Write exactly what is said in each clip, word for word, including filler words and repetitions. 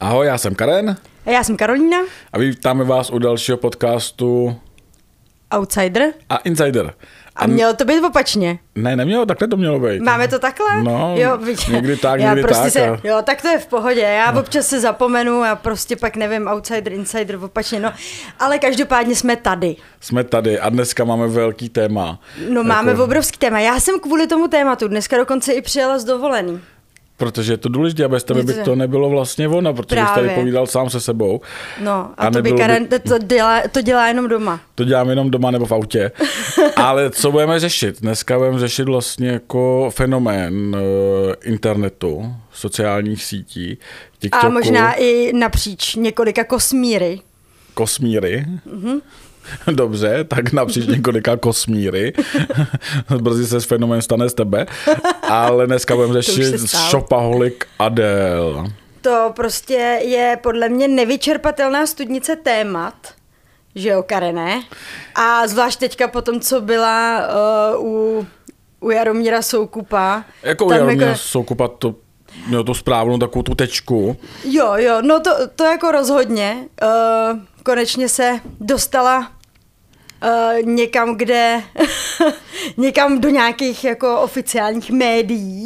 Ahoj, já jsem Karen. A já jsem Karolína. A vítáme vás u dalšího podcastu Outsider. A Insider. A mělo to být opačně. Ne, nemělo, takhle to mělo být. Máme to takhle? No, jo, někdy tak, já někdy prostě tak. Se, a... Jo, tak to je v pohodě. Já no. občas se zapomenu a prostě pak nevím, outsider, insider, opačně. No, ale každopádně jsme tady. Jsme tady a dneska máme velký téma. No jako... máme obrovský téma. Já jsem kvůli tomu tématu dneska dokonce i přijela z dovolený. Protože je to důležité, bez tebe by to nebylo vlastně ono, protože jsi tady povídal sám se sebou. No a, a to by Karen by... to, dělá, to dělá jenom doma. To dělám jenom doma nebo v autě. Ale co budeme řešit? Dneska budeme řešit vlastně jako fenomén uh, internetu, sociálních sítí, TikToku. A možná i napříč několika kosmíry. Kosmíry? Mhm. Dobře, tak napříč několika kosmíry. Brzy se fenomén stane z tebe. Ale dneska budeme řešit Shopaholic Adele. To prostě je podle mě nevyčerpatelná studnice témat, že jo, Karene? A zvlášť teďka po tom, co byla uh, u, u Jaromíra Soukupa. Jako u Jaromíra jako... Soukupa to mělo tu správnou takovou tu tečku. Jo, jo, no to, to jako rozhodně. Uh, konečně se dostala uh, někam, kde, někam do nějakých jako oficiálních médií.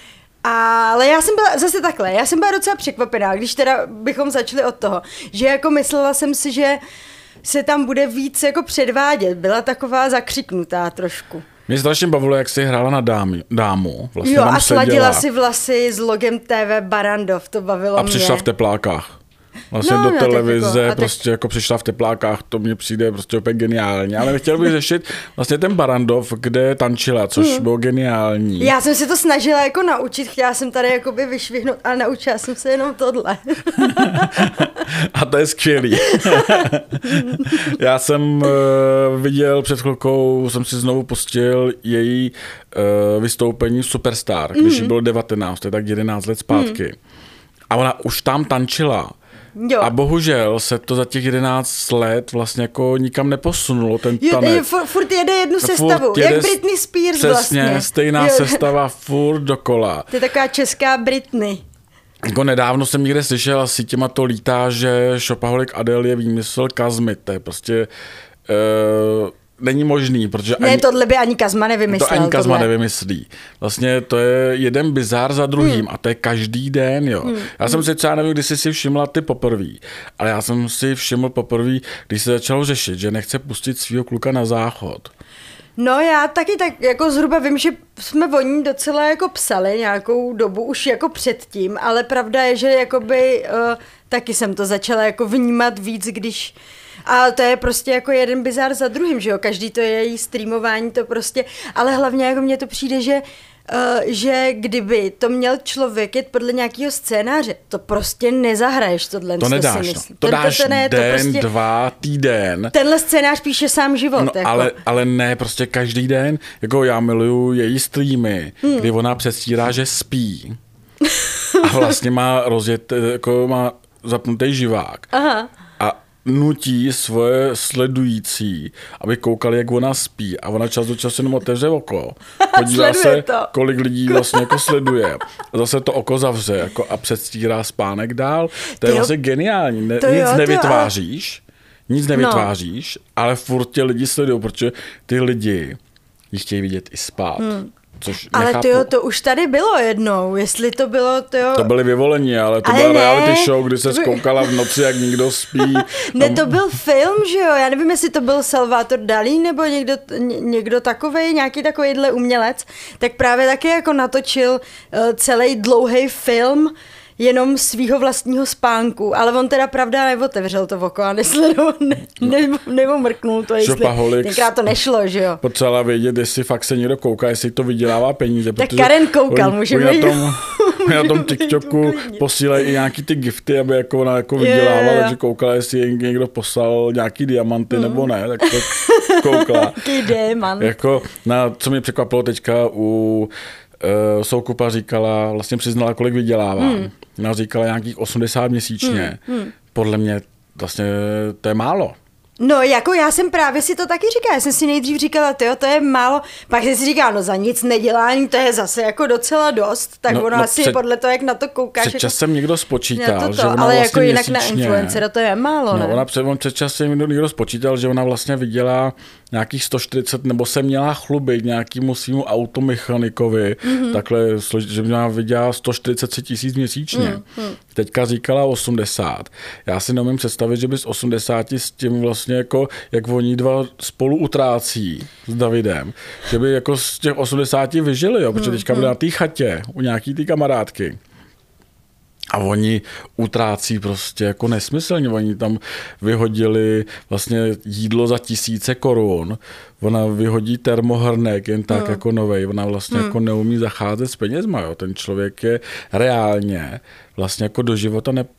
Ale já jsem byla zase takhle, já jsem byla docela překvapená, když teda bychom začali od toho, že jako myslela jsem si, že se tam bude víc jako předvádět, byla taková zakřiknutá trošku. Mě strašně bavilo, jak jsi hrála na dámy, dámu. Vlastně jo, a sladila si vlasy s logem T V Barrandov, to bavilo a mě. A přišla v teplákách. Vlastně no, do no, televize jako, prostě tak... jako přišla v teplákách, to mně přijde prostě úplně geniální. Ale chtěl bych řešit vlastně ten Barrandov, kde tančila, což hmm. bylo geniální. Já jsem se to snažila jako naučit, chtěla jsem tady jakoby vyšvihnout, ale naučila jsem se jenom tohle. A to je skvělý. Já jsem uh, viděl před chvilkou, jsem si znovu pustil její uh, vystoupení v Superstar, když jí mm. bylo devatenáct, to je tak jedenáct let zpátky. Mm. A ona už tam tančila. Jo. A bohužel se to za těch jedenáct let vlastně jako nikam neposunulo, ten tanec. Je, furt, furt jede jednu sestavu, jede jak Britney Spears přesně, vlastně. Přesně, stejná jo. sestava furt dokola. To je taková česká Britney. Jako nedávno jsem někde slyšel a sítěma to lítá, že Shopaholic Adele je výmysl Kazmy, to je prostě... Uh, není možný, protože... Ne, ani, tohle by ani Kazma nevymyslel. To ani Kazma tohle. nevymyslí. Vlastně to je jeden bizár za druhým hmm. a to je každý den, jo. Hmm. Já jsem si třeba nevím, když jsi si všimla ty poprví, ale já jsem si všiml poprví, když se začalo řešit, že nechce pustit svýho kluka na záchod. No já taky tak jako zhruba vím, že jsme o ní docela jako psali nějakou dobu už jako předtím, ale pravda je, že jakoby uh, taky jsem to začala jako vnímat víc, když... A to je prostě jako jeden bizár za druhým, že jo, každý to je její streamování, to prostě, ale hlavně jako mně to přijde, že Uh, že kdyby to měl člověk jet podle nějakého scénáře, to prostě nezahraješ tohle. To nedáš, no. To dáš to ne, den, to prostě, dva, týden. Tenhle scénář píše sám život. No, jako. ale, ale ne prostě každý den, jako já miluju její streamy, hmm. kdy ona předstírá, že spí a vlastně má rozjet, jako má zapnutý živák. Aha. A nutí svoje sledující, aby koukali, jak ona spí a ona čas do času jenom otevře oko. Podívá se, to. kolik lidí vlastně jako sleduje. A zase to oko zavře jako a předstírá spánek dál. To je jo. vlastně geniální. Ne, nic jo, nevytváříš, to... nic nevytváříš, no. ale furt tě lidi sledují, protože ty lidi ji chtějí vidět i spát. Hmm. Což ale nechápu. tyjo, to už tady bylo jednou, jestli to bylo, tyjo... To byly vyvolení, ale to ale byla ne. reality show, kdy se zkoukala v noci, jak někdo spí. Ne, to byl film, že jo, já nevím, jestli to byl Salvador Dalí, nebo někdo, někdo takovej, nějaký takovejhle umělec, tak právě taky jako natočil uh, celý dlouhý film, jenom svýho vlastního spánku, ale on teda pravda neotevřel to oko a nesledoval, ne, ne, nebo mrknul to, jestli tenkrát to nešlo, že jo. Potřeba vědět, jestli fakt se někdo kouká, jestli to vydělává peníze. Tak Karen koukal, můžeme jít. Na tom TikToku posílají i nějaký ty gifty, aby jako ona jako vydělávala, yeah. takže koukala, jestli někdo poslal nějaký diamanty mm. nebo ne, tak to koukala. Jaký diamant. Jako, na, co mě překvapilo teďka u uh, Soukupa říkala, vlastně přiznala, kolik vydělává. Mm. Ona říkala nějakých osmdesát měsíčně. Mm. Podle mě vlastně to je málo. No, jako já jsem právě si to taky říkala, já jsem si nejdřív říkala, tyjo, to je málo, pak jsem si říkala, no za nic nedělání, to je zase jako docela dost, tak no, ono no asi před, podle toho, jak na to koukáš. Před jako, časem někdo spočítal, to, že ona ale vlastně jako jinak měsíčně, na influencera to je málo, no, ne? Ona před, on před časem někdo spočítal, že ona vlastně vydělá nějakých sto čtyřicet, nebo se měla chlubit nějakému svýmu automechanikovi, mm-hmm. takhle, že ona vydělá sto čtyřicet tři tisíc měsíčně. Mm-hmm. Teďka říkala osmdesát. Já si neumím představit, že by z osmdesáti s tím vlastně jako, jak oni dva spolu utrácí s Davidem, že by jako z těch osmdesáti vyžili, jo, protože teďka byli na té chatě u nějaký té kamarádky. A oni utrácí prostě jako nesmyslně. Oni tam vyhodili vlastně jídlo za tisíce korun. Ona vyhodí termohrnek jen tak hmm. jako novej. Ona vlastně hmm. jako neumí zacházet s penězma. Jo. Ten člověk je reálně vlastně jako do života ne,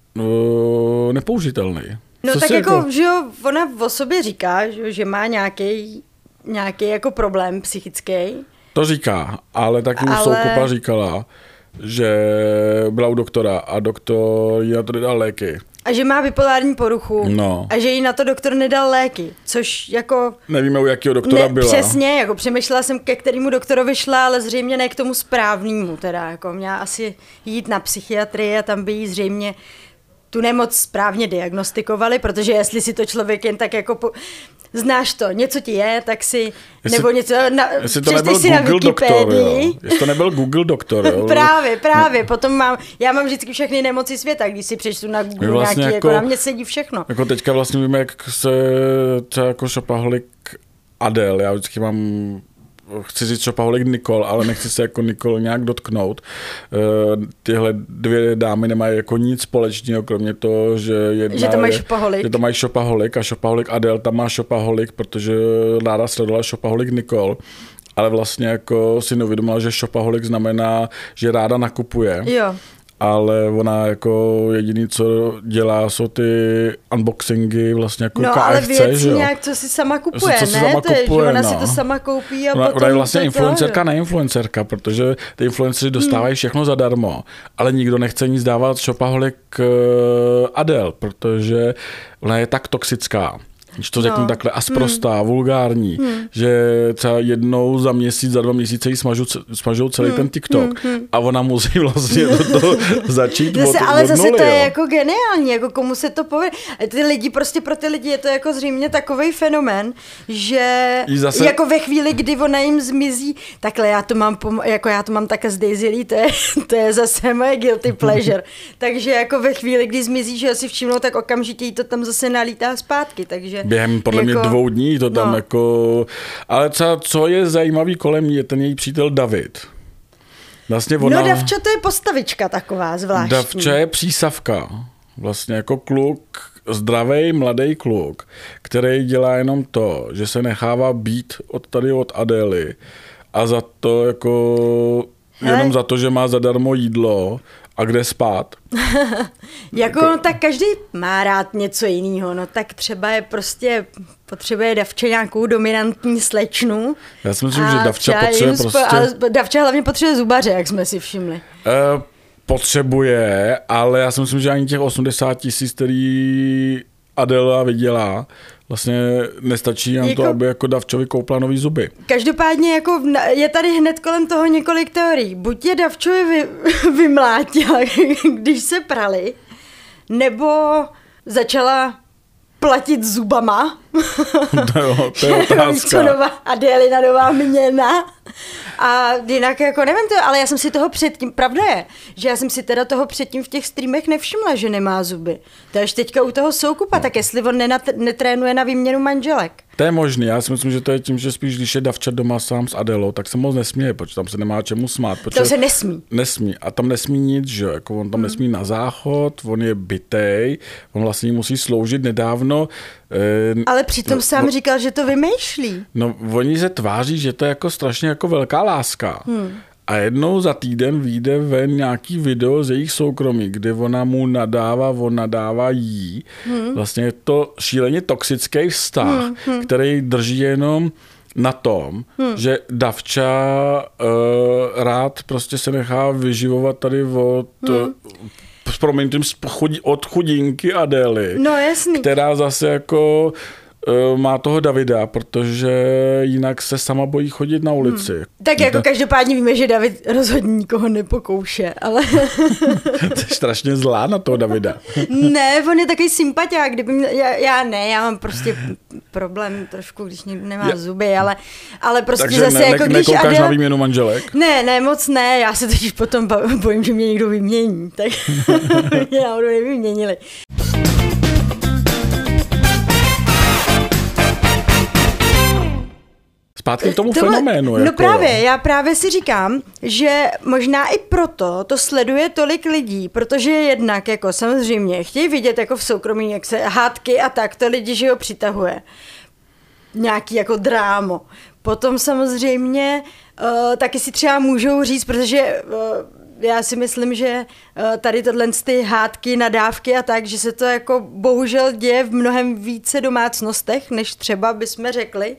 no, nepoužitelný. No Co tak jako, jako, že jo, ona o sobě říká, že, že má nějaký nějaký jako problém psychický. To říká, ale taky ale... už Soukupa říkala, že byla u doktora a doktor jí na to nedal léky. A že má bipolární poruchu. No. A že jí na to doktor nedal léky, což jako... Nevíme, u jakého doktora ne, byla. Přesně, jako přemýšlela jsem, ke kterému doktorovi šla, ale zřejmě ne k tomu správnému, teda, jako měla asi jít na psychiatrii a tam by jí zřejmě tu nemoc správně diagnostikovali, protože jestli si to člověk jen tak jako... Po... Znáš to, něco ti je, tak si, jestli, nebo něco, na, jestli to nebyl si Google na doktor, jo. Jestli to nebyl Google doktor, jo. Právě, právě, potom mám, já mám vždycky všechny nemoci světa, když si přečtu na Google vlastně nějaký, jako, jako na mě sedí všechno. Jako teďka vlastně víme, jak se třeba jako šopaholik Adele, já vždycky mám, chci říct šopaholik Nicole, ale nechci se jako Nicole nějak dotknout. Tyhle dvě dámy nemají jako nic společného, kromě toho, že jedna že to mají je, šopaholik. Že to mají šopaholik a šopaholik Adele tam má šopaholik, protože ráda sledovala šopaholik Nicole. Ale vlastně jako si neuvědomila, že šopaholik znamená, že ráda nakupuje. Jo. Ale ona jako jediný, co dělá, jsou ty unboxingy vlastně jako no, K F C, ale věc že jo? nějak, co si sama kupuje, co si ne? Sama to je, kupuje, že ona no. si to sama koupí a ona, potom... Ona je vlastně to influencerka, to, ne influencerka, protože ty influenceři dostávají hmm. všechno zadarmo, ale nikdo nechce nic dávat šopaholik Adele, protože ona je tak toxická. Když to řeknu no. takhle, a sprostá, hmm. vulgární, hmm. že třeba jednou za měsíc, za dva měsíce jí smažou, smažou celý hmm. ten TikTok hmm. a ona musí vlastně do toho začít zase, od, ale od zase nuly, to je jo. jako geniální, jako komu se to povede. Ty lidi, prostě pro ty lidi je to jako zřejmě takovej fenomén, že zase... jako ve chvíli, kdy ona jim zmizí, takhle já to mám, pom- jako já to mám také z Daisy Lee, to je, to je zase moje guilty pleasure. Takže jako ve chvíli, kdy zmizí, že si všimnou, tak okamžitě jí to tam zase nalítá zpátky, takže... Během podle jako, mě dvou dní to tam no. jako... Ale třeba, co je zajímavý kolem ní, je ten její přítel David. Vlastně ona... No Davča to je postavička taková zvláštní. Davča je přísavka. Vlastně jako kluk, zdravej mladý kluk, který dělá jenom to, že se nechává být od tady od Adély a za to jako... Hele. Jenom za to, že má zadarmo jídlo a kde spát. jako, no, tak každý má rád něco jiného, no tak třeba je prostě, potřebuje Davča nějakou dominantní slečnu. Já si myslím, že Davča potřebuje prostě... Ale Davča hlavně potřebuje zubaře, jak jsme si všimli. Uh, potřebuje, ale já si myslím, že ani těch osmdesát tisíc, který Adela vydělá, vlastně nestačí nám jako, to, aby jako Davčovi koupila nový zuby. Každopádně jako je tady hned kolem toho několik teorií. Buď je Davčovi vy, vymlátila, když se prali, nebo začala platit zubama. To, jo, to je otázka. Nová Adélina nová měna. A jinak jako nevím to, ale já jsem si toho předtím, pravda je, že já jsem si teda toho předtím v těch streamech nevšimla, že nemá zuby. To až teďka u toho Soukupa, no. Tak jestli on nenat- netrénuje na výměnu manželek. To je možný, já si myslím, že to je tím, že spíš, když je Davča doma sám s Adelou, tak se moc nesměje, protože tam se nemá čemu smát. To se nesmí. Nesmí. A tam nesmí nic, že jako on tam hmm. nesmí na záchod, on je bitej, on vlastně musí sloužit nedávno. Eh, ale přitom no, sám no, říkal, že to vymýšlí. No, oni se tváří, že to je jako strašně jako velká láska. Hmm. A jednou za týden vyjde ven nějaký video z jejich soukromí, kde ona mu nadává, on nadává jí. Hmm. Vlastně je to šíleně toxický vztah, hmm. Hmm. který drží jenom na tom, hmm. že Davča uh, rád prostě se nechá vyživovat tady od... Hmm. s proměnitým od chudinky Adély, no, jasný. která zase jako má toho Davida, protože jinak se sama bojí chodit na ulici. Hmm. Tak jako každopádně víme, že David rozhodně nikoho nepokouše, ale... Jsi strašně zlá na toho Davida. Ne, on je takový sympatiák, kdyby mě, já, já ne, já mám prostě problém trošku, když někdo nemá já. zuby, ale, ale prostě takže zase ne, jako ne, když... nekoukáš Adel... na výměnu manželek? Ne, ne, moc ne, já se totiž potom bojím, že mě někdo vymění, tak mě náhodou nevyměnili. Zpátky k tomu Tohle, fenoménu. No jako, právě, jo. já právě si říkám, že možná i proto to sleduje tolik lidí, protože jednak jako samozřejmě chtějí vidět jako v soukromí, jak se hádky a tak, to lidi, že ho přitahuje. Nějaký jako drámo. Potom samozřejmě uh, taky si třeba můžou říct, protože uh, já si myslím, že uh, tady tohle ty hádky, nadávky a tak, že se to jako bohužel děje v mnohem více domácnostech, než třeba bychom řekli.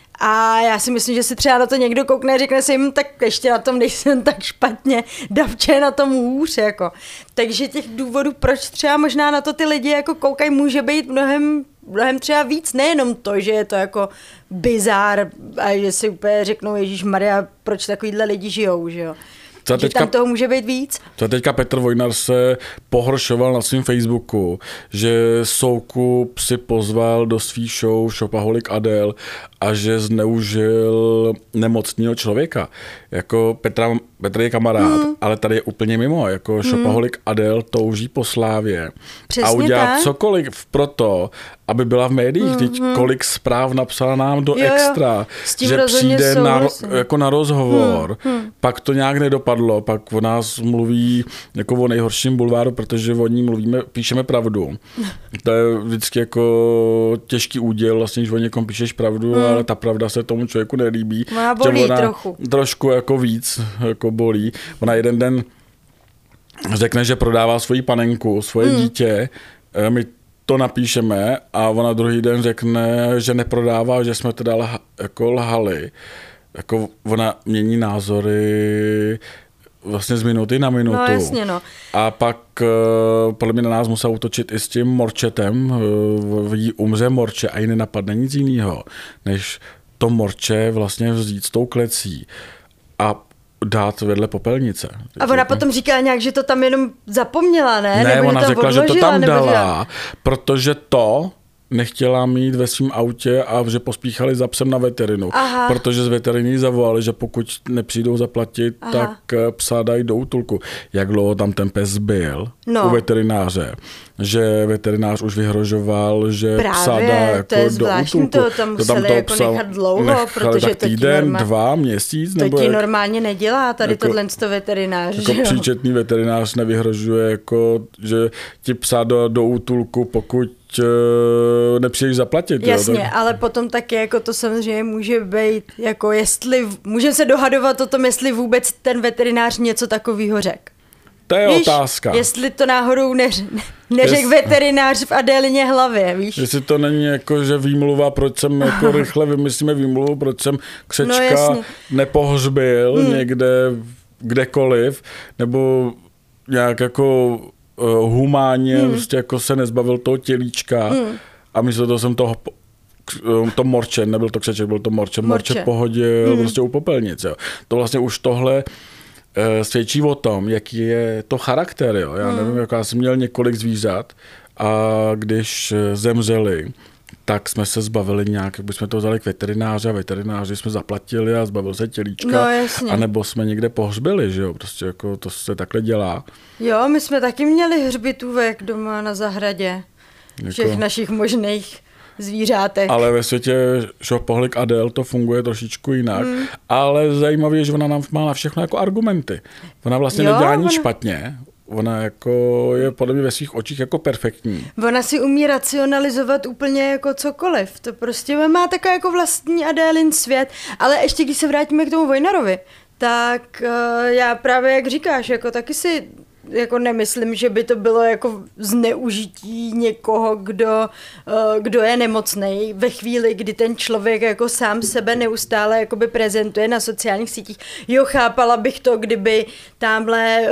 A já si myslím, že si třeba na to někdo koukne a řekne si jim, tak ještě na tom nejsem tak špatně, davče je na tom hůř, jako. Takže těch důvodů, proč třeba možná na to ty lidi jako koukají, může být mnohem, mnohem třeba víc, nejenom to, že je to jako bizár a že si úplně řeknou, ježišmarja, proč takovýhle lidi žijou, že jo. Co že teďka, tam toho může být víc. To teďka Petr Vojnar se pohoršoval na svém Facebooku, že Soukup si pozval do svý show Shopaholic Adele a že zneužil nemocného člověka. Jako Petra, Petr je kamarád, mm. ale tady je úplně mimo. Jako mm. Shopaholic Adele touží po slávě. Přesně a udělat tak. cokoliv proto, aby byla v médiích. Mm. Teď kolik zpráv napsala nám do jo, Extra, jo. že přijde na, jako na rozhovor, mm. Mm. pak to nějak nedopadlo, pak o nás mluví jako o nejhorším bulváru, protože o ní mluvíme, píšeme pravdu. To je vždycky jako těžký úděl, vlastně, když o někom píšeš pravdu, mm. ale ta pravda se tomu člověku nelíbí. Ona bolí ona trochu. Trošku jako víc jako bolí. Ona jeden den řekne, že prodává svoji panenku, svoje mm. dítě, my to napíšeme a ona druhý den řekne, že neprodává, že jsme teda lha, jako lhali. Jako ona mění názory vlastně z minuty na minutu. No, jasně, no. A pak podle mě na nás musel útočit i s tím morčetem. Jí umře morče a jí nenapadne nic jiného, než to morče vlastně vzít s tou klecí a dát vedle popelnice. A ona potom říkala nějak, že to tam jenom zapomněla, ne? Ne, nebo ona že to řekla, odložila, že to tam dala, dělala... protože to nechtěla mít ve svém autě a že pospíchali za psem na veterinu. Aha. Protože z veteriny zavolali, že pokud nepřijdou zaplatit, aha, tak psa dají do útulku. Jak dlouho tam ten pes byl no. u veterináře, že veterinář už vyhrožoval, že právě, psa dá jako to je do útulku. To tam museli to tam jako psa nechat dlouho, nechali, protože tak to týden, normál... dva, měsíc. To nebo ti jak... normálně nedělá tady jako, tohle to veterinář. Jako příčetný veterinář nevyhrožuje, jako, že ti psa do, do útulku, pokud nepřijdeš zaplatit. Jasně, jo, tak... ale potom taky jako to samozřejmě může být, jako jestli, můžeme se dohadovat o tom, jestli vůbec ten veterinář něco takového řekl. To je víš, otázka. Jestli to náhodou neř, neřekl Jest... veterinář v Adélině hlavě, víš? Jestli to není jako, že výmluva, proč jsem jako rychle vymyslíme výmluvu, proč jsem křečka no, nepohřbil hmm. někde, kdekoliv, nebo nějak jako humánně, hmm. prostě jako se nezbavil toho tělíčka hmm. a místo toho jsem toho to morče, nebyl to křeček, byl to morče, morče, morče pohodil hmm. prostě u popelnice. Jo. To vlastně už tohle e, svědčí o tom, jaký je to charakter. Jo. Já hmm. nevím, jako já jsem měl několik zvířat a když zemřeli, tak jsme se zbavili nějak, jak bychom to vzali k veterináři a veterináři jsme zaplatili a zbavil se tělíčka, no, anebo jsme někde pohřbili, že jo, prostě jako to se takhle dělá. Jo, my jsme taky měli hřbitůvek doma na zahradě, jako... všech našich možných zvířátek. Ale ve světě Shopaholic Adele to funguje trošičku jinak, hmm. ale zajímavé je, že ona nám má na všechno jako argumenty. Ona vlastně jo, nedělá nic ona... špatně. Ona jako je podle mě ve svých očích jako perfektní. Ona si umí racionalizovat úplně jako cokoliv. To prostě má takový jako vlastní Adélin svět. Ale ještě když se vrátíme k tomu Vojnarovi, tak uh, já právě, jak říkáš, jako taky si jako nemyslím, že by to bylo jako zneužití někoho, kdo, kdo je nemocnej ve chvíli, kdy ten člověk jako sám sebe neustále jakoby prezentuje na sociálních sítích. Jo, chápala bych to, kdyby tamhle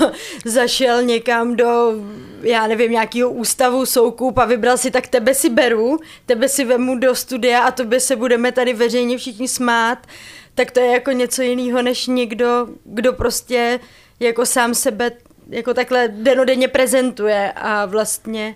zašel někam do, já nevím, nějakého ústavu Soukup a vybral si, tak tebe si beru, tebe si vemu do studia a tobě se budeme tady veřejně všichni smát, tak to je jako něco jiného, než někdo, kdo prostě jako sám sebe jako takhle denodenně prezentuje a vlastně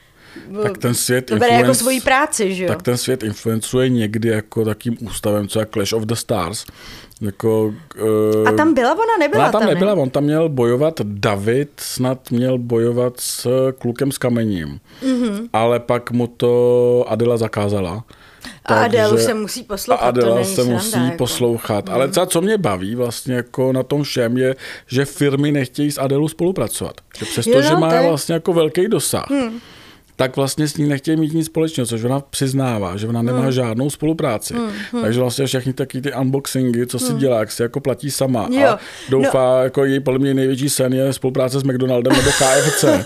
tak ten svět to bere jako svoji práci, že jo? Tak ten svět influencuje někdy jako takým ústavem, co je Clash of the Stars. Jako, uh, a tam byla ona? Nebyla ona tam? tam nebyla, on tam měl bojovat, David snad měl bojovat s klukem s kamením, mm-hmm. ale pak mu to Adela zakázala. A Adelu se musí poslouchat, a Adela to není se sranda, musí jako. poslouchat. Ale co, co mě baví vlastně jako na tom všem je, že firmy nechtějí s Adelou spolupracovat. Přestože no, má je... vlastně jako velký dosah. Hmm. Tak vlastně s ní nechtějí mít nic společného, což ona přiznává, že ona nemá hmm. žádnou spolupráci. Hmm. Hmm. Takže vlastně všechny taky ty unboxingy, co si hmm. dělá, jak si jako platí sama. Jo. A doufá, no. jako její podle mě největší sen je spolupráce s McDonaldem nebo K F C.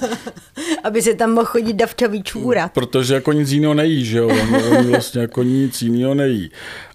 Aby se tam mohl chodit davčavý čůrat. Protože jako nic jiného nejí, že jo? On, on vlastně jako nic jiného nejí.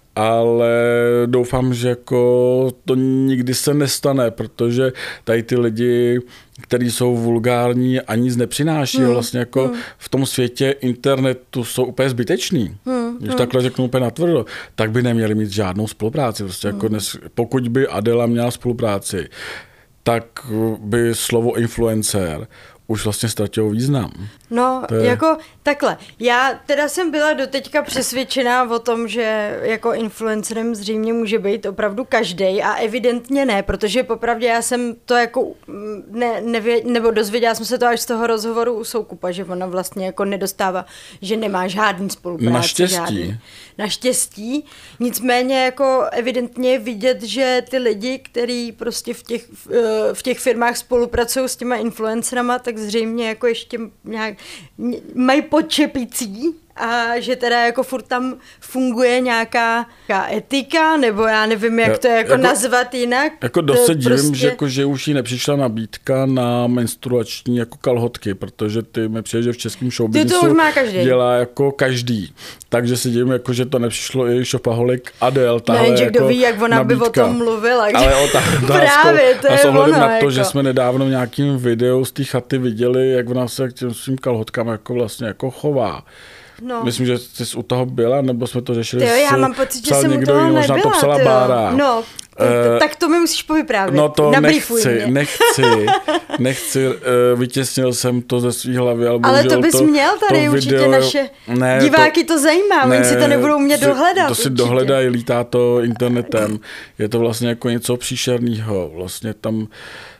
Ale doufám, že jako to nikdy se nestane, protože tady ty lidi, kteří jsou vulgární a nic nepřináší, hmm. vlastně jako hmm. v tom světě internetu jsou úplně zbyteční. Hmm. Když hmm. takhle řeknu úplně natvrdo, tak by neměli mít žádnou spolupráci. Prostě hmm. jako dnes, pokud by Adela měla spolupráci, tak by slovo influencer už vlastně ztratilo význam. No, je... jako takhle. Já teda jsem byla doteďka přesvědčená o tom, že jako influencerem zřejmě může být opravdu každej a evidentně ne, protože popravdě já jsem to jako ne, nevě, nebo dozvěděla jsem se to až z toho rozhovoru u Soukupa, že ona vlastně jako nedostává, že nemá žádný spolupráci. Naštěstí. Žádný. Naštěstí. Nicméně jako evidentně je vidět, že ty lidi, kteří prostě v těch, v těch firmách spolupracují s těma influencerama, tak zřejmě jako ještě nějak mají podčepicí a že teda jako furt tam funguje nějaká, nějaká etika, nebo já nevím, jak to jako, jako nazvat jinak. Jako dost se divím, prostě... že, jako, že už jí nepřišla nabídka na menstruační jako kalhotky, protože ty mi přijde, že v českém showbiznesu dělá jako každý. Takže si divím, jako, že to nepřišlo i šopaholik Adele. Ne, že jako kdo ví, jak ona nabídka. By o tom mluvila. Ale o ta, právě, to je a s ohledem na to, jako. Že jsme nedávno v nějakém videu z té chaty viděli, jak ona se k těm svým kalhotkám jako vlastně jako chová. No. Myslím, že jsi u toho byla, nebo jsme to řešili. Jo, já mám pocit, že jsem u toho jiný, nebyla. Možná to psala Bára. No, uh, tak to mi musíš povyprávět. No to Nabrýfuj nechci, mě. nechci, nechci, uh, vytěsnil jsem to ze svý hlavy. Ale, ale to bys to, měl tady určitě video, naše ne, diváky to, to zajímá, ne, oni si to nebudou umět dohledat. To si určitě. Dohledají, lítá to internetem. Je to vlastně jako něco příšerného. Vlastně tam uh,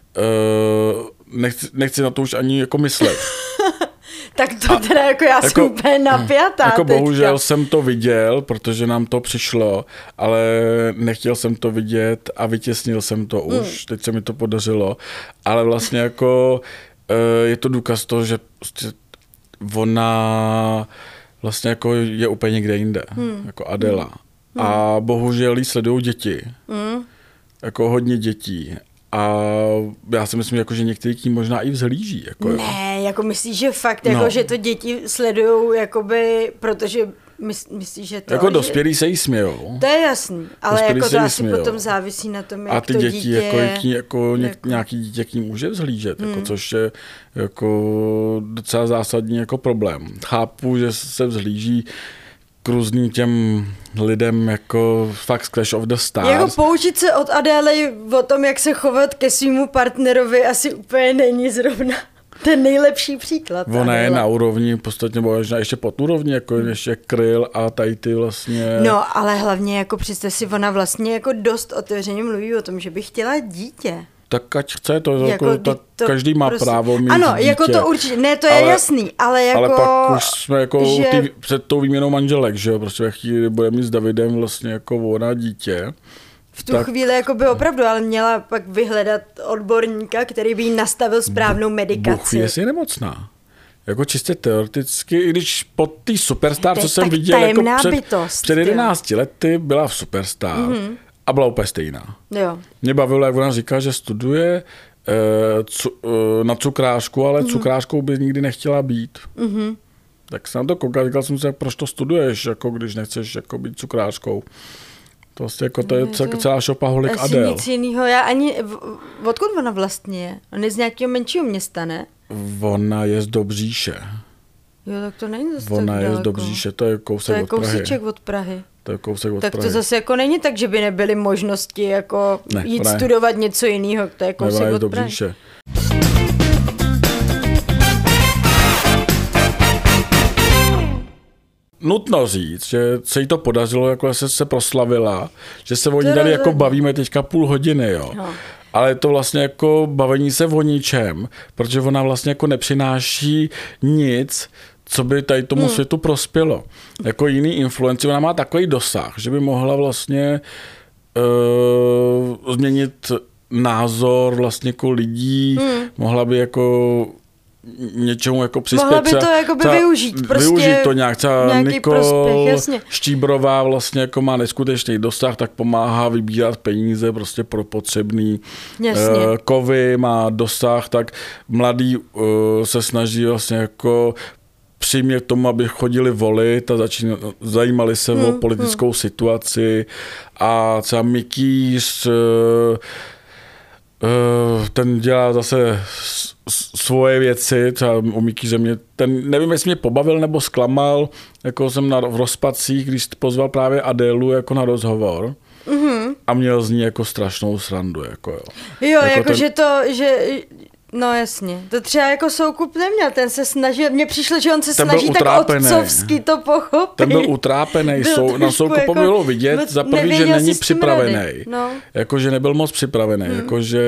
nechci, nechci na to už ani jako myslet. Tak to teda jako já jako, jsem úplně napjatá Jako teďka. Bohužel jsem to viděl, protože nám to přišlo, ale nechtěl jsem to vidět a vytěsnil jsem to už. Mm. Teď se mi to podařilo. Ale vlastně jako je to důkaz toho, že ona vlastně jako je úplně někde jinde. Mm. Jako Adela. Mm. A bohužel jí sledují děti. Mm. Jako hodně dětí. A já si myslím, jako, že některý tím možná i vzhlíží. Jako, ne, jako myslíš, že fakt, jako, no. že to děti sledujou, jakoby, protože mys, myslíš, že to... Jako dospělí že... se jí smějou. To je jasný, ale dospělí jako to asi smějou. Potom závisí na tom, jak a ty to děti, dítě... jako, jaký, jako, něk, jako... nějaký dítě k ním může vzhlížet, hmm. jako, což je jako docela zásadní jako problém. Chápu, že se vzhlíží k různým těm lidem jako fakt z Clash of the Stars. Jako poučit se od Adély o tom, jak se chovat ke svýmu partnerovi, asi úplně není zrovna ten nejlepší příklad. Ona Adéla. Je na úrovni, podstatně možná ještě pod úrovni, jako hmm. ještě Kryl a tady ty vlastně... No, ale hlavně jako představ si, ona vlastně jako dost otevřeně mluví o tom, že by chtěla dítě. Tak ať chce, to, jako, jako, tak to každý má prostě... právo mít ano, dítě. jako to určitě, ne, to je ale, jasný, ale jako... Ale pak už jsme jako že... ty, před tou výměnou manželek, že jo, prostě ve chvíli bude mít s Davidem vlastně jako ona dítě. V tu tak... chvíli jako by opravdu, ale měla pak vyhledat odborníka, který by jí nastavil správnou medikaci. Bůh, jestli je nemocná. Jako čistě teoreticky, i když po té Superstar, co jsem tak viděl jako před, bytost, před jedenácti lety, byla v Superstar mm-hmm. a byla úplně stejná. Jo. Mě bavilo, jak ona říká, že studuje cu, na cukrářku, ale mm-hmm. cukrářkou by nikdy nechtěla být. Mm-hmm. Tak jsem na to koukal, říkal jsem si, proč to studuješ, jako když nechceš jako být cukrářkou. To vlastně jako to je celá, celá šopaholik Adele. Nic jinýho, já ani, odkud ona vlastně je? On je z nějakého menšího města, ne? Ona je z Dobříše. Jo, tak to není zase Ona tak je daleko. z Dobříše, to je kousek to je od Prahy. kousíček od Prahy. To je kousek od tak Prahy. to zase jako není tak, že by nebyly možnosti jako ne, jít ne. studovat něco jiného. To je kousek ne, od Dobříše. Prahy. Nutno říct, že se jí to podařilo, jako se se proslavila, že se o ní tady jako bavíme teďka půl hodiny, jo. No. Ale je to vlastně jako bavení se o ničem, protože ona vlastně jako nepřináší nic, co by tady tomu hmm. světu prospělo. Jako jiný influenci, ona má takový dosah, že by mohla vlastně uh, změnit názor vlastně jako lidí, hmm. mohla by jako něčemu jako přispět. Mohla by to jako by využít. Prostě využít to nějak. Třeba Nikol prospěch, Štíbrová vlastně jako má neskutečný dosah, tak pomáhá vybírat peníze prostě pro potřebný jasně. Uh, kovy, má dosah, tak mladí uh, se snaží vlastně jako přimět tomu, aby chodili volit a začínali, zajímali se hmm, o politickou hmm. situaci a třeba Mikýř uh, uh, ten dělá zase svoje věci, třeba u Mikýře mě, ten, nevím, jestli mě pobavil nebo zklamal, jako jsem na, v rozpacích, když pozval právě Adélu jako na rozhovor mm-hmm. a měl z ní jako strašnou srandu. Jako, jo, jo jako, jako ten... že to, že... No jasně, to třeba jako Soukup neměl, ten se snažil, mně přišlo, že on se ten snaží tak otcovsky to pochopit. Ten byl utrápený, Sou, na Soukupovi jako, bylo vidět, za prvý, že není připravený, no. Jakože nebyl moc připravený, hmm. jakože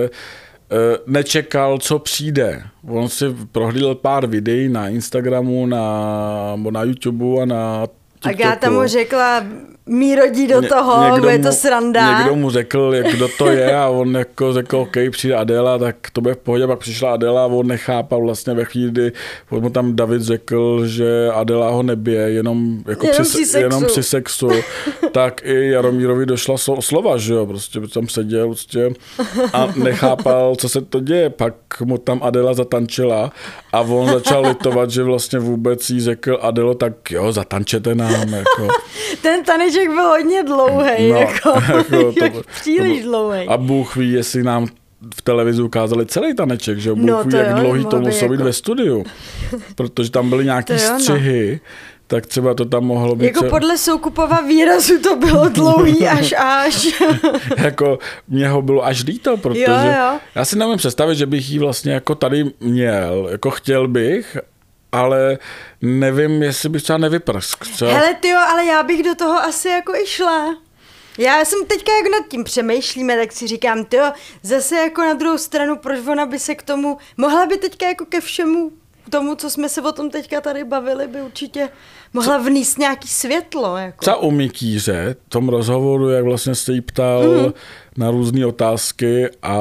nečekal, co přijde. On si prohlídl pár videí na Instagramu, na, na YouTube a na TikToku. A Gáta mu řekla, mírodí do toho, Ně, je to sranda. Někdo mu řekl, jak, kdo to je a on jako řekl, OK, přijde Adéla, tak to bude v pohodě. Pak přišla Adéla a on nechápal vlastně ve chvíli, kdy mu tam David řekl, že Adéla ho nebije, jenom, jako jenom, při, při sexu. jenom při sexu. Tak i Jaromírovi došla slova, že jo, prostě tam seděl prostě a nechápal, co se to děje. Pak mu tam Adéla zatančila a on začal litovat, že vlastně vůbec jí řekl Adélo, tak jo, zatančete nám, jako. Ten taneček byl hodně dlouhý, no, jako, jako to, příliš dlouhý. A Bůh ví, jestli nám v televizi ukázali celý taneček, že Bůh no, ví, jak jo, dlouhý to muselo být jako... ve studiu, protože tam byly nějaký jo, střihy, no. Tak třeba to tam mohlo být... Jako podle Soukupova výrazu to bylo dlouhý až až. Jako mě ho bylo až líto, protože jo, jo. já si nevím představit, že bych jí vlastně jako tady měl, jako chtěl bych, ale nevím, jestli bych třeba nevyprsk. Třeba... Hele tyjo, ale já bych do toho asi jako i šla. Já jsem teďka, jak nad tím přemýšlíme, tak si říkám, tyjo, zase jako na druhou stranu, proč ona by se k tomu, mohla by teďka jako ke všemu tomu, co jsme se o tom teďka tady bavili, by určitě mohla vníst nějaký světlo. Jako. Třeba u Mikýře, v tom rozhovoru, jak vlastně se jí ptal mm. na různé otázky a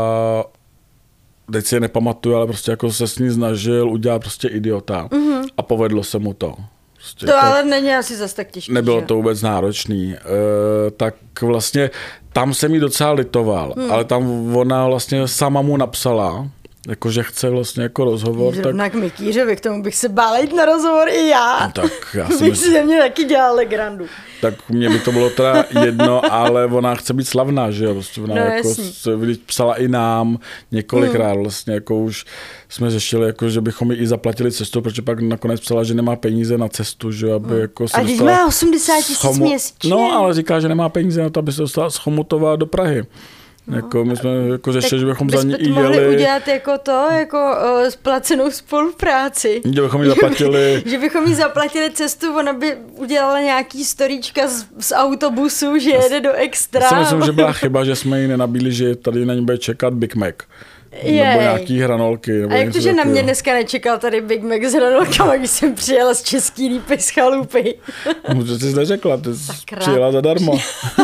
teď si je nepamatuju, ale prostě jako se s ní snažil udělat prostě idiota mm-hmm. a povedlo se mu to. Prostě to ale není asi zase tak těžké. Nebylo že? to vůbec náročný. E, tak vlastně tam jsem jí docela litoval, mm. ale tam ona vlastně sama mu napsala, jakože chce vlastně jako rozhovor. Zrovna tak... k Mikýřovi, k tomu bych se bála jít na rozhovor i já. No, tak já si bych si ze mě taky dělal legrandu. Tak mě by to bylo teda jedno, ale ona chce být slavná, že jo? Prostě ona no, jako se, psala i nám několikrát, hmm. vlastně jako už jsme řešili, jako, že bychom jí i zaplatili cestu, protože pak nakonec psala, že nemá peníze na cestu, že aby hmm. jako se a dostala... A má osmdesát tisíc schomu... měsíčně. No, ale říká, že nemá peníze na to, aby se dostala z Chomutova do Prahy. No. Jako my jsme jako řešili, že bychom za ní i jeli. mohli udělat jako to, jako uh, splacenou spolupráci. Že bychom jí zaplatili. že bychom jí zaplatili cestu, ona by udělala nějaký storíčka z, z autobusu, že jede do Extra. Já si myslím, že byla chyba, že jsme jí nenabídli, že tady na ní bude čekat Big Mac. Jej. Nebo nějaký hranolky. Nebo a jak to, že na mě dneska nečekal tady Big Mac s hranolkama, když jsem přijela z Český Lípy z chalupy. Může jsi neřekla, ty jsi přijela zadarmo.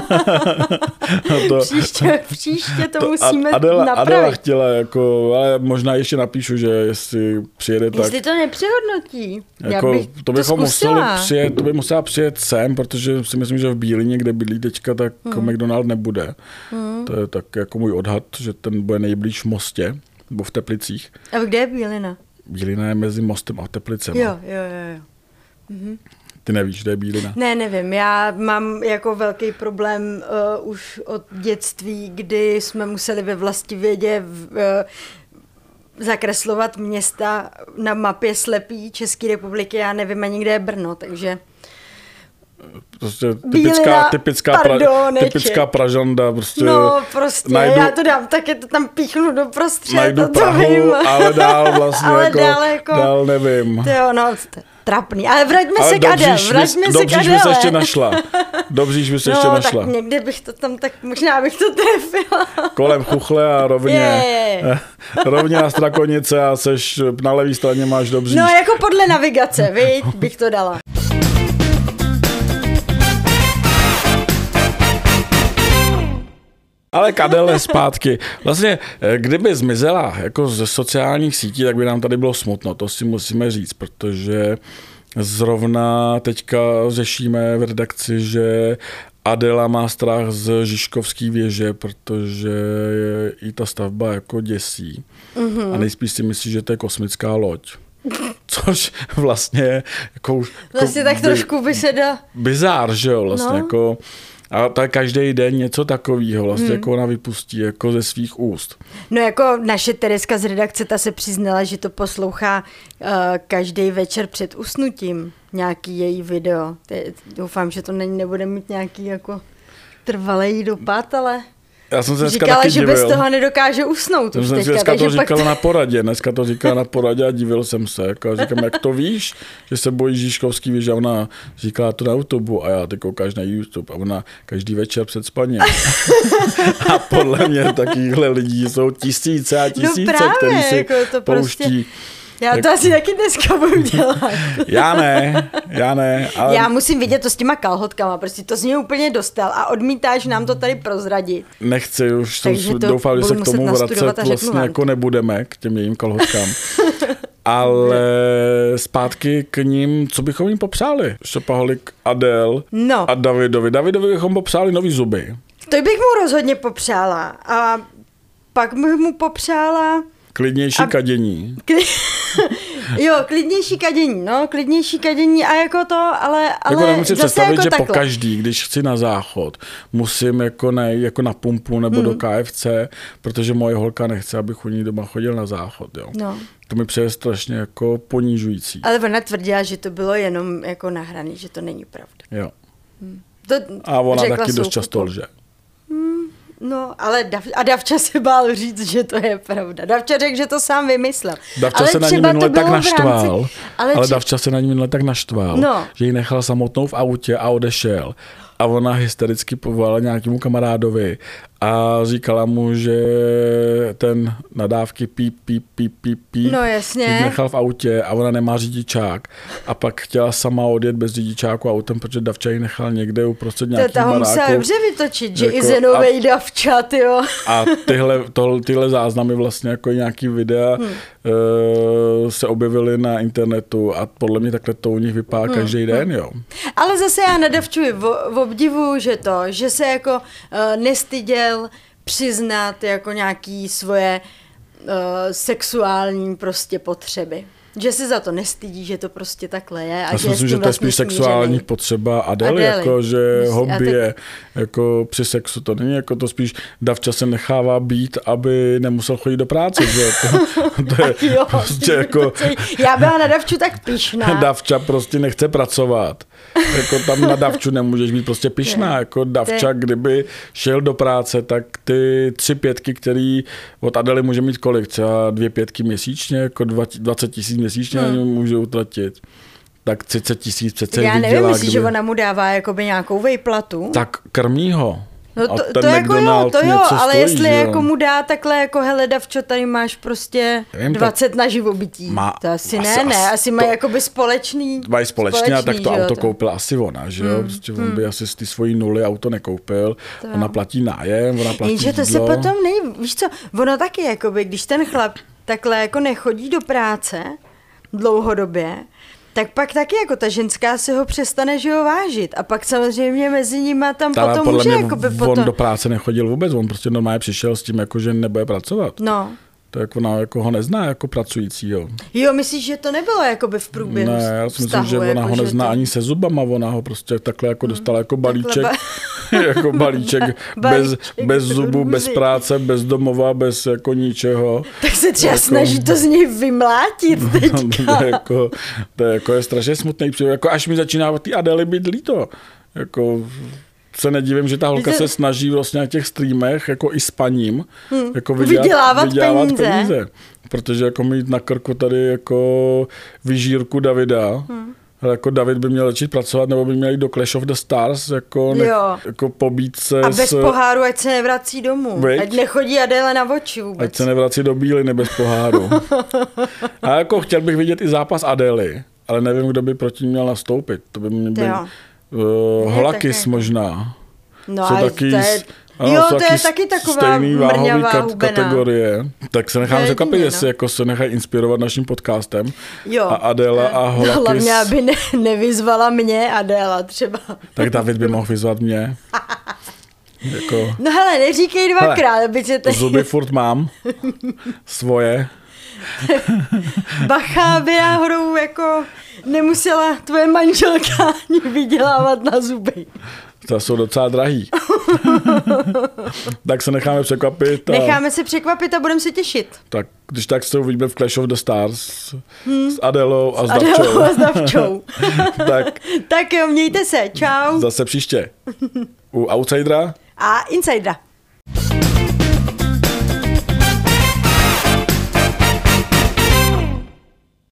to, příště, příště to, to musíme Adela, napravit. Adela chtěla, jako, ale možná ještě napíšu, že jestli přijede tak... Jestli to nepřehodnotí. Jako, Já bych to bychom to museli přijet, to by musela přijet sem, protože si myslím, že v Bílině, kde bydlí teďka, tak hmm. McDonald nebude. Hmm. To je tak jako můj odhad, že ten bude nejblíž v Mostě, nebo v Teplicích. A kde je Bílina? Bílina je mezi Mostem a Teplicem. Jo, jo, jo. jo. Mhm. Ty nevíš, kde je Bílina? Ne, nevím. Já mám jako velký problém uh, už od dětství, kdy jsme museli ve Vlastivědě v, uh, zakreslovat města na mapě slepý České republiky. Já nevím ani, kde je Brno, takže... Prostě typická, Bílina, typická, pra, typická Pražanda. Prostě no prostě, najdu, já to dám, tak je to tam píchnu doprostřed. Najdu to Prahu, vím. ale dál vlastně ale jako, dál, jako, dál nevím. Jo, no, trapný. Ale vraťme ale se k Adele, vraťme se k Adele. Dobříž bys ještě našla. Dobříž bys no, ještě našla. tak někde bych to tam, tak možná bych to trefila. Kolem Chuchle a rovně, je, je. rovně na Strakonice a seš na levé straně máš Dobříž. No jako podle navigace, viď, bych to dala. Ale k Adele zpátky. Vlastně, kdyby zmizela jako ze sociálních sítí, tak by nám tady bylo smutno, to si musíme říct, protože zrovna teďka řešíme v redakci, že Adela má strach z Žižkovské věže, protože i ta stavba jako děsí. Mm-hmm. A nejspíš si myslí, že to je kosmická loď. Což vlastně jako... Vlastně jako tak trošku by se dá... Bizár, že jo, vlastně no. jako... A tak každý den něco takového vlastně hmm. jako ona vypustí jako ze svých úst. No jako naše Tereska z redakce, ta se přiznala, že to poslouchá uh, každý večer před usnutím nějaký její video. Te, doufám, že to ne, nebude mít nějaký jako trvalý dopad, ale... Já jsem se dneska říkala, taky že divil. bez toho nedokáže usnout už teďka. Dneska to říkala pak... na poradě, dneska to říkala na poradě a divil jsem se. Jako, říkám, jak to víš, že se bojí Žižkovský věže, a ona říkala to na YouTube a já ty koukáš na YouTube a ona každý večer před spaním. A podle mě takovýchhle lidí jsou tisíce a tisíce, no právě, který si jako to pouští. Prostě... Já to jak... asi taky dneska budu dělat. Já ne, já ne. Ale... Já musím vidět to s těma kalhotkama, prostě to z něj úplně dostal a odmítáš nám to tady prozradit. Nechci, už jsem doufal, že se k tomu vracet vlastně jako nebudeme, k těm jejím kalhotkám. Ale zpátky k ním, co bychom jim popřáli? Šopaholik Adele no. a Davidovi. Davidovi bychom popřáli nový zuby. To bych mu rozhodně popřála. A pak bych mu popřála... Klidnější a... kadění. Kli... jo, klidnější kadění, no, klidnější kadění a jako to, ale, ale jako nemůžu představit, jako že takhle. Po každý, když chci na záchod, musím jako nejít jako na pumpu nebo hmm. do K F C, protože moje holka nechce, abych u ní doma chodil na záchod, jo. No. To mi přeje strašně jako ponižující. Ale ona tvrdila, že to bylo jenom jako nahraný, že to není pravda. Jo. Hmm. To a ona taky dost často lže. Hmm. No, ale Dav, a Davča se bál říct, že to je pravda. Davča řekl, že to sám vymyslel. Davča ale se na ní minule tak naštval, rámci, ale, ale či... Davča se na ní minule tak naštval, no. že ji nechal samotnou v autě a odešel. A ona hystericky povolala nějakému kamarádovi a říkala mu, že ten nadávky píp, píp, píp, píp, píp, no jasně. nechal v autě a ona nemá řidičák. A pak chtěla sama odjet bez řidičáku autem, protože Davča ji nechal někde uprostřed nějakých baráků. To tam musela dobře vytočit, že jako, i zenovej Davča, tyjo. A tyhle, to, tyhle záznamy vlastně jako nějaký videa hmm. uh, se objevily na internetu a podle mě takhle to u nich vypadá hmm. každý den, jo. Ale zase já nadavčuji v obdivu, že to, že se jako uh, nestyděl přiznat jako nějaký svoje uh, sexuální prostě potřeby. Že se za to nestydí, že to prostě takhle je. A já že myslím, že to je spíš sexuální potřeba Adele, jako že hobby tak... je jako při sexu. To není jako to spíš Davča se nechává být, aby nemusel chodit do práce. Že? To, to je jo, prostě jako... Já byla na Davču tak pyšná. Davča prostě nechce pracovat. Jako tam na Davču nemůžeš být prostě pyšná. Ne. Jako Davča, kdyby šel do práce, tak ty tři pětky, který od Adely může mít kolik? Třeba dvě pětky měsíčně, jako dvacet tisíc měsíčně hmm. může utratit. Tak třicet tisíc přece Já vydělá, nevím, myslíš, kdyby... že ona mu dává jakoby nějakou vejplatu? Tak krmí ho. No to, to jako jo, to jo, ale stojí, jestli jako mu dá takhle jako hele Davčo, tady máš prostě Vím, dvacet na živobytí. Má, to asi, asi ne, ne, asi mají jakoby společný. Mají společný, společný a tak to auto to. koupila asi ona, že jo, hmm. prostě on hmm. by asi z ty svojí nuly auto nekoupil, to ona platí nájem, ona platí Jenže to se potom nej, víš co, ono taky jakoby, když ten chlap takhle jako nechodí do práce dlouhodobě, tak pak taky jako ta ženská si ho přestane, že ho vážit. A pak samozřejmě mezi nima tam ale potom může jakoby on potom... do práce nechodil vůbec, on prostě normálně přišel s tím, jako, že nebude pracovat. No. Tak ona jako ho nezná jako pracujícího. Jo, myslíš, že to nebylo jakoby v průběhu Ne, já si vztahu, myslím, že ona jako, ho nezná to... ani se zubama, ona ho prostě takhle jako dostala jako balíček, ba... jako balíček, balíček bez, bez zubů, bez práce, bez domova, bez jako ničeho. Tak se třeba jako... snaží to z něj vymlátit teďka. to, je jako, to je jako je strašně smutný příběh, jako až mi začíná ty Adély být líto. Jako... se nedivím, že ta holka se snaží vlastně na těch streamech jako i s paním hmm. jako vydělat, vydělávat, vydělávat peníze. peníze. Protože jako mít na krku tady jako vyžírku Davida, hmm. jako David by měl začít pracovat, nebo by měl jít do Clash of the Stars, jako, ne, jako pobít se. A bez s... poháru, ať se nevrací domů. Veď? Ať nechodí Adéle na oči vůbec. Ať se nevrací do Bíliny bez poháru. A jako chtěl bych vidět i zápas Adély, ale nevím, kdo by proti ní měl nastoupit. To by mě byl... Uh, Holakis možná. No jsou taky, to je, ano, jo, to je taky taková mrňavá kat, kategorie. Tak se nechám překvapit, jestli jako se nechají inspirovat naším podcastem. Jo. A Adéla a Holakis. Hlavně, aby ne, nevyzvala mě Adéla třeba. Tak David by mohl vyzvat mě. Jako... No hele, neříkej dvakrát, aby se tady... Zuby furt mám. Svoje. Bacha, aby náhodou jako nemusela tvoje manželka vydělávat na zuby. To jsou docela drahý. Tak se necháme překvapit. A... Necháme se překvapit a budeme se těšit. Tak když tak se uvidíme v Clash of the Stars hmm. s Adélou a s, s Adélou Davčou. a s Davčou. tak. tak jo, mějte se. Čau. Zase příště. U Outsidera a Insidera.